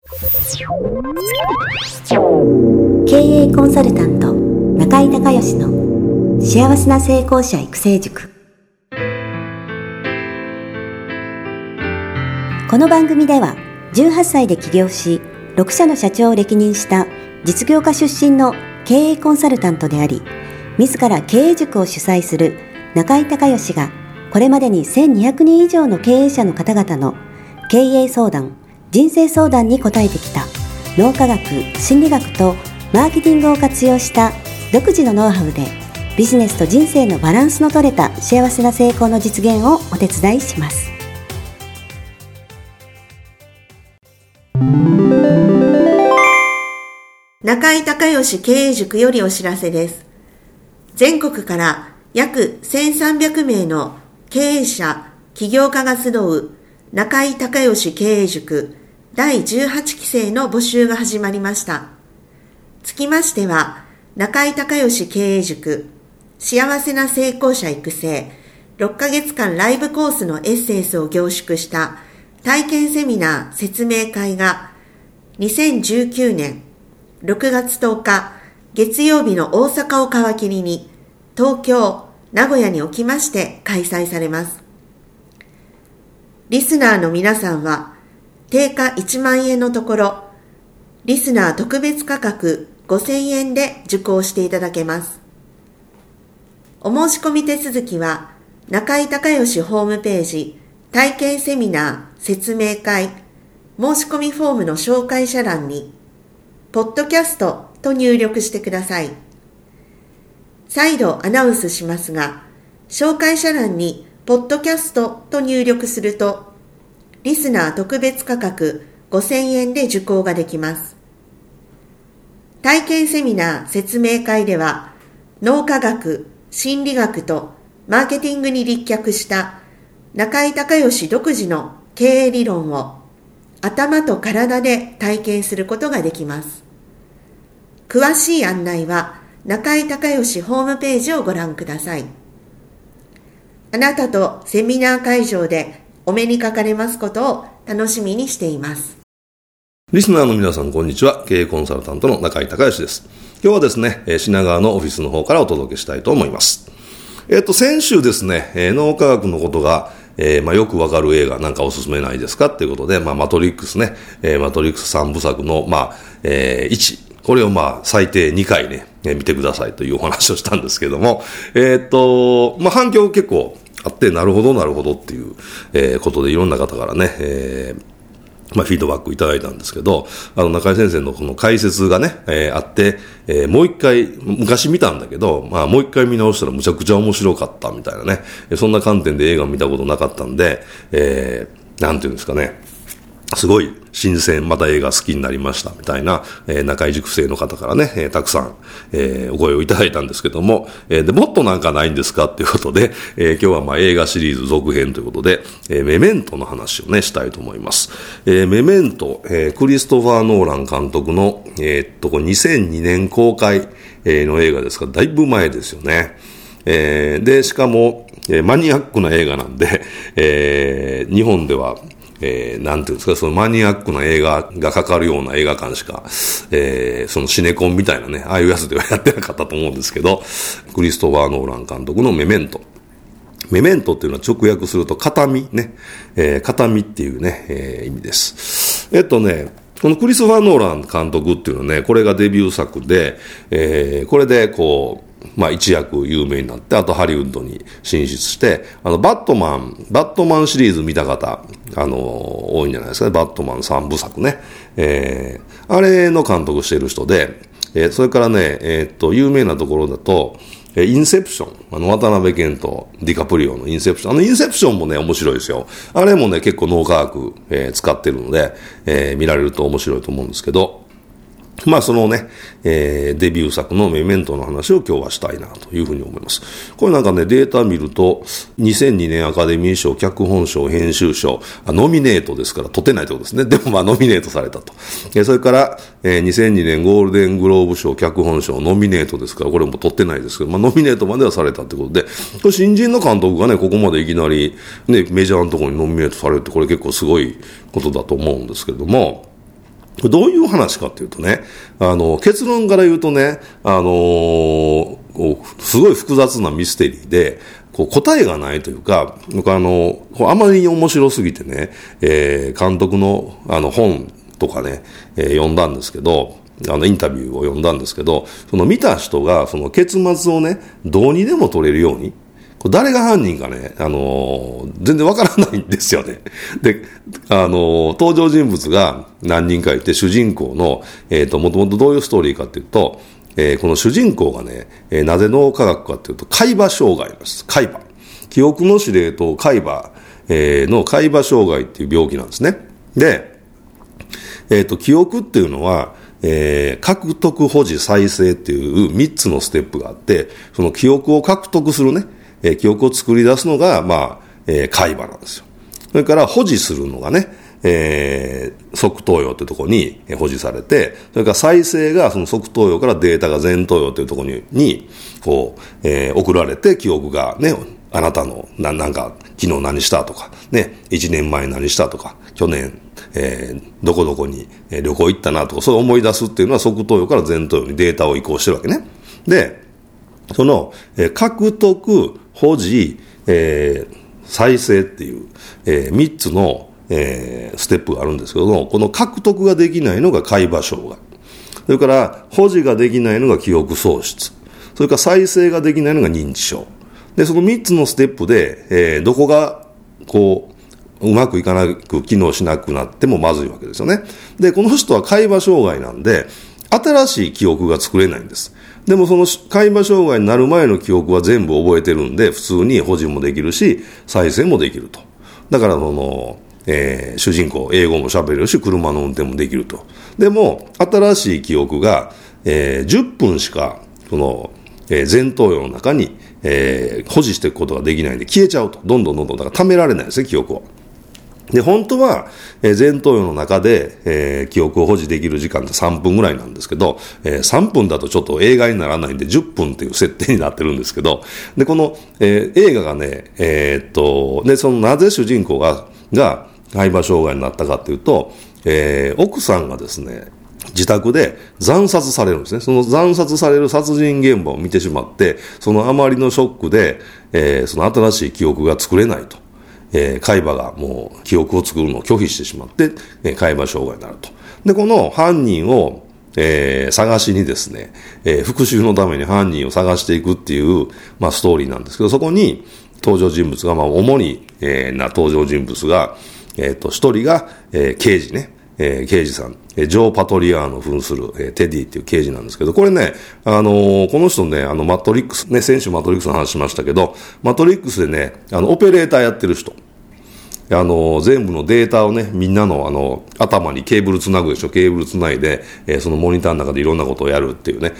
経営コンサルタント中井孝義の幸せな成功者育成塾。この番組では18歳で起業し6社の社長を歴任した実業家出身の経営コンサルタントであり、自ら経営塾を主催する中井孝義がこれまでに1200人以上の経営者の方々の経営相談、人生相談に応えてきた脳科学、心理学とマーケティングを活用した独自のノウハウでビジネスと人生のバランスの取れた幸せな成功の実現をお手伝いします。 中井孝義経営塾よりお知らせです。全国から約1300名の経営者、起業家が集う中井孝義経営塾第18期生の募集が始まりました。つきましては、中井孝義経営塾幸せな成功者育成6ヶ月間ライブコースのエッセンスを凝縮した体験セミナー説明会が2019年6月10日月曜日の大阪を皮切りに東京、名古屋におきまして開催されます。リスナーの皆さんは定価1万円のところ、リスナー特別価格5000円で受講していただけます。お申し込み手続きは中井孝義ホームページ体験セミナー説明会申し込みフォームの紹介者欄にポッドキャストと入力してください。再度アナウンスしますが、紹介者欄にポッドキャストと入力すると、リスナー特別価格5000円で受講ができます。体験セミナー説明会では、脳科学、心理学とマーケティングに立脚した中井孝義独自の経営理論を頭と体で体験することができます。詳しい案内は中井孝義ホームページをご覧ください。あなたとセミナー会場でお目にかかれますことを楽しみにしています。 リスナーの皆さん、こんにちは。経営コンサルタントの中井孝義です。今日はですね、品川のオフィスの方からお届けしたいと思います。先週ですね、脳科学のことがよくわかる映画なんかおすすめないですかっていうことで、マトリックスね、マトリックス3部作の、1、これを最低2回ね、見てくださいというお話をしたんですけども、反響結構あって、なるほどっていう、ことでいろんな方からね、フィードバックいただいたんですけど、中井先生のこの解説がね、あって、もう一回、昔見たんだけど、もう一回見直したらむちゃくちゃ面白かったみたいなね、そんな観点で映画を見たことなかったんで、なんていうんですかね、すごい新鮮、また映画好きになりましたみたいな、中井塾生の方からね、たくさん、お声をいただいたんですけども、でもっとなんかないんですかっていうことで、今日は映画シリーズ続編ということで、メメントの話をね、したいと思います。メメント、クリストファー・ノーラン監督の、2002年公開、の映画ですから、だいぶ前ですよね。で、しかも、マニアックな映画なんで、日本では、なんていうんですか、そのマニアックな映画がかかるような映画館しか、そのシネコンみたいなね、ああいうやつではやってなかったと思うんですけど、クリストファー・ノーラン監督のメメント。メメントっていうのは直訳すると形見ね、形見っていうね、意味です。このクリストファー・ノーラン監督っていうのはね、これがデビュー作で、これでこう、一躍有名になって、あとハリウッドに進出して、バットマンシリーズ見た方、多いんじゃないですかね。バットマン3部作ね。あれの監督している人で、それからね、有名なところだと、インセプション。渡辺謙とディカプリオのインセプション。インセプションもね、面白いですよ。あれもね、結構脳科学、使ってるので、見られると面白いと思うんですけど、そのね、デビュー作のメメントの話を今日はしたいなというふうに思います。これなんかね、データ見ると、2002年アカデミー賞、脚本賞、編集賞、ノミネートですから、取ってないということですね。でもノミネートされたと。それから、2002年ゴールデングローブ賞、脚本賞、ノミネートですから、これも取ってないですけど、ノミネートまではされたということで、これ新人の監督がね、ここまでいきなり、ね、メジャーのところにノミネートされるって、これ結構すごいことだと思うんですけれども、 どういう話かというとね、結論から言うとね、すごい複雑なミステリーで、答えがないというか、僕あまりに面白すぎてね、監督の本とかね、読んだんですけど、インタビューを読んだんですけど、その見た人がその結末をね、どうにでも取れるように、誰が犯人かね、全然わからないんですよね。で、登場人物が何人かいて、主人公の、もともとどういうストーリーかっていうと、この主人公がね、なぜ脳科学かっていうと、海馬障害です。海馬。記憶の司令塔海馬、の海馬障害っていう病気なんですね。で、記憶っていうのは、獲得、保持、再生っていう3つのステップがあって、その記憶を獲得するね、記憶を作り出すのが、海馬なんですよ。それから保持するのがね、側頭葉というところに保持されて、それから再生がその側頭葉からデータが前頭葉というところに送られて、記憶がね、あなたのなんか昨日何したとかね、1年前何したとか、去年どこどこに旅行行ったなとか、そう思い出すっていうのは側頭葉から前頭葉にデータを移行してるわけね。で、その獲得、保持、再生っていう3つのステップがあるんですけども、この獲得ができないのが海馬障害。それから保持ができないのが記憶喪失。それから再生ができないのが認知症。で、その3つのステップで、どこがうまくいかなく機能しなくなってもまずいわけですよね。で、この人は海馬障害なんで、新しい記憶が作れないんです。でもその海馬障害になる前の記憶は全部覚えてるんで、普通に保持もできるし、再生もできると。だから主人公、英語も喋れるし、車の運転もできると。でも、新しい記憶が、10分しか、前頭葉の中に、保持していくことができないんで消えちゃうと。どんどん、だから貯められないですね、記憶を。で、本当は、前頭葉の中で、記憶を保持できる時間って3分ぐらいなんですけど、3分だとちょっと映画にならないんで10分っていう設定になってるんですけど、で、この、映画がね、で、なぜ主人公が海馬障害になったかっていうと、奥さんがですね、自宅で惨殺されるんですね。その惨殺される殺人現場を見てしまって、そのあまりのショックで、その新しい記憶が作れないと。海馬がもう記憶を作るのを拒否してしまって、海馬障害になると。で、この犯人を、探しにですね、復讐のために犯人を探していくっていう、ストーリーなんですけど、そこに登場人物が、主に、登場人物が、一人が、刑事ね、刑事さん、ジョー・パトリアーノ扮する、テディっていう刑事なんですけど、これね、この人ね、マトリックス、ね、先週マトリックスの話しましたけど、マトリックスでね、オペレーターやってる人、全部のデータをね、みんなの頭にケーブルつなぐでしょ、ケーブルつないで、そのモニターの中でいろんなことをやるっていうね、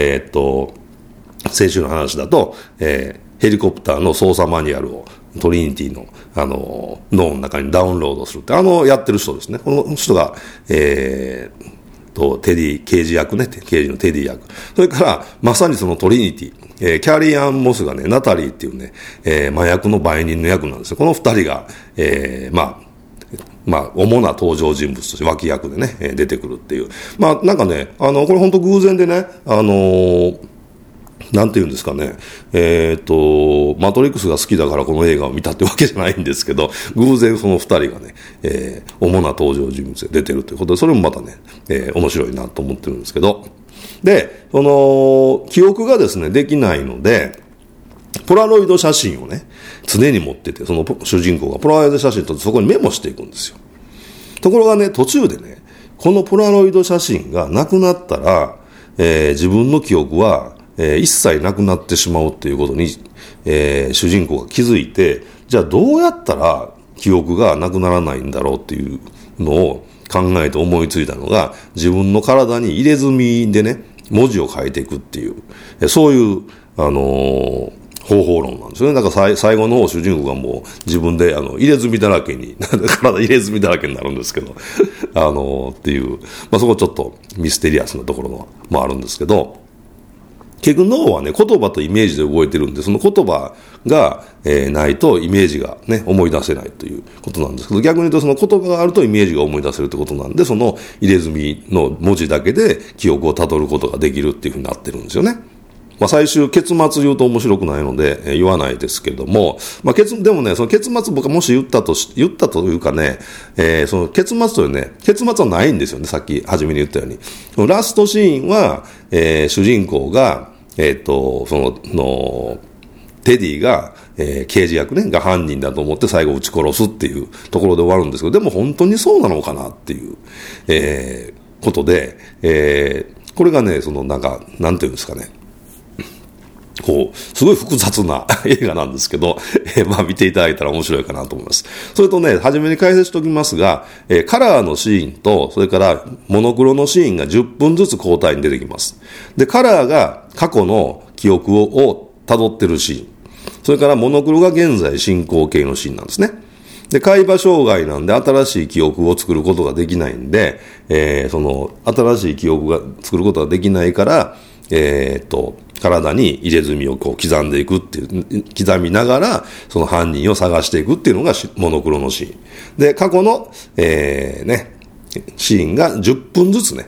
先週の話だと、ヘリコプターの操作マニュアルをトリニティの、脳の中にダウンロードするって、やってる人ですね。この人が、テディ、刑事役ね、刑事のテディ役。それから、まさにそのトリニティ、キャリーアン・モスがね、ナタリーっていうね、麻薬の売人の役なんですよ。この二人が、主な登場人物として脇役でね、出てくるっていう。なんかね、これ本当偶然でね、なんて言うんですかね、マトリックスが好きだからこの映画を見たってわけじゃないんですけど、偶然その二人がね、主な登場人物で出てるということで、それもまたね、面白いなと思ってるんですけど、で、記憶がですね、できないので、ポラロイド写真をね、常に持ってて、その主人公がポラロイド写真を撮ってそこにメモしていくんですよ。ところがね、途中でね、このポラロイド写真がなくなったら、自分の記憶は、一切なくなってしまうっていうことに、主人公が気づいて、じゃあどうやったら記憶がなくならないんだろうっていうのを考えて思いついたのが、自分の体に入れ墨でね、文字を書いていくっていう、そういう、方法論なんですよね。だから最後の方主人公がもう自分で入れ墨だらけに、体入れ墨だらけになるんですけど、っていう、そこちょっとミステリアスなところもあるんですけど、 結局脳はね、言葉とイメージで動いてるんで、その言葉が、ないとイメージがね、思い出せないということなんですけど、逆に言うとその言葉があるとイメージが思い出せるということなんで、その入れ墨の文字だけで記憶をたどることができるっていうふうになってるんですよね。最終結末言うと面白くないので、言わないですけども、でもね、その結末僕がもし言ったというかね、その結末というね、結末はないんですよね、さっき初めに言ったように。そのラストシーンは、主人公が、テディが、刑事役ね、が犯人だと思って最後撃ち殺すっていうところで終わるんですけど、でも本当にそうなのかなっていう、ことで、これがね、なんていうんですかね、すごい複雑な映画なんですけど、見ていただいたら面白いかなと思います。それとね、初めに解説しておきますが、カラーのシーンと、それからモノクロのシーンが10分ずつ交代に出てきます。で、カラーが過去の記憶を辿ってるシーン。それからモノクロが現在進行形のシーンなんですね。で、海馬障害なんで新しい記憶を作ることができないんで、その新しい記憶が作ることができないから、体に入れ墨を刻んでいくっていう、刻みながら、その犯人を探していくっていうのがモノクロのシーン。で、過去の、シーンが10分ずつね、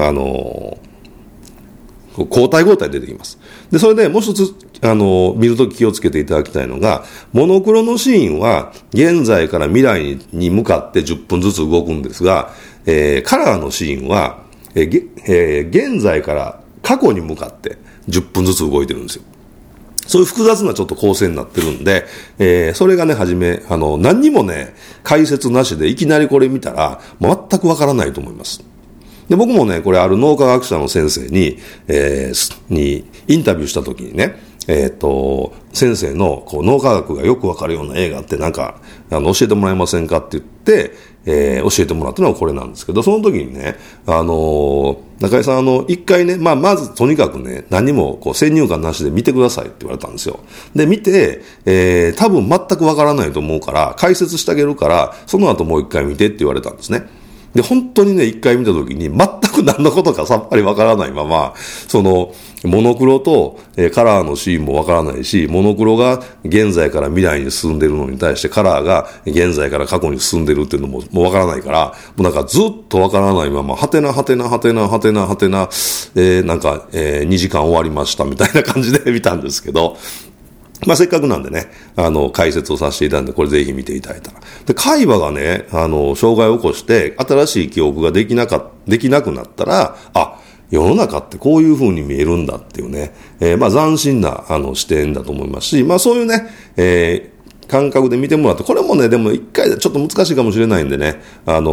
交代交代出てきます。で、それでもう一つ、見るとき気をつけていただきたいのが、モノクロのシーンは、現在から未来に向かって10分ずつ動くんですが、カラーのシーンは、現在から過去に向かって10分ずつ動いてるんですよ。そういう複雑なちょっと構成になってるんで、それがね、何にもね、解説なしでいきなりこれ見たら、全くわからないと思います。で、僕もね、これある脳科学者の先生に、インタビューしたときにね、先生の脳科学がよくわかるような映画って教えてもらえませんかって言って、教えてもらったのはこれなんですけど、その時にね、中井さん一回ね、まずとにかくね、何も先入観なしで見てくださいって言われたんですよ。で、見て、多分全くわからないと思うから、解説してあげるから、その後もう一回見てって言われたんですね。で、本当にね、一回見たときに、全く何のことかさっぱりわからないまま、モノクロと、カラーのシーンもわからないし、モノクロが現在から未来に進んでるのに対して、カラーが現在から過去に進んでるっていうのももうわからないから、もうずっとわからないまま、はてな、2時間終わりましたみたいな感じで見たんですけど、せっかくなんでね、解説をさせていただいて、これぜひ見ていただいたら。で、海馬がね、障害を起こして、新しい記憶ができなくなったら、世の中ってこういう風に見えるんだっていうね、斬新な、視点だと思いますし、そういうね、感覚で見てもらって、これもね、でも一回でちょっと難しいかもしれないんでね、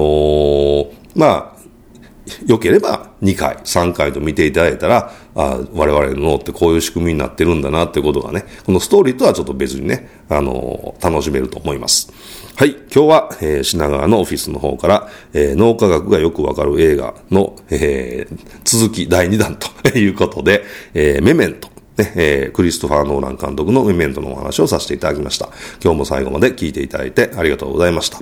良ければ2回、3回と見ていただいたら、我々の脳ってこういう仕組みになってるんだなってことがね、このストーリーとはちょっと別にね、楽しめると思います。はい、今日は、品川のオフィスの方から、脳科学がよくわかる映画の、続き第2弾ということで、メメント。クリストファー・ノーラン監督のメメントのお話をさせていただきました。今日も最後まで聞いていただいてありがとうございました。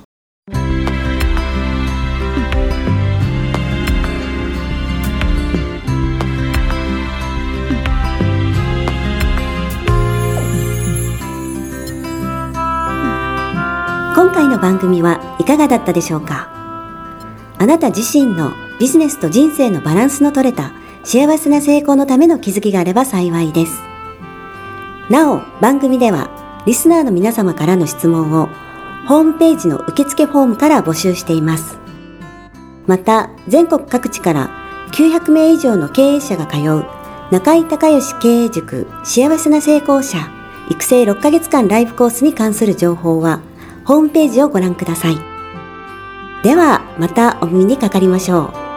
今回の番組はいかがだったでしょうか。あなた自身のビジネスと人生のバランスの取れた幸せな成功のための気づきがあれば幸いです。なお、番組ではリスナーの皆様からの質問をホームページの受付フォームから募集しています。また、全国各地から900名以上の経営者が通う中井孝義経営塾幸せな成功者育成6ヶ月間ライブコースに関する情報はホームページをご覧ください。ではまたお耳にかかりましょう。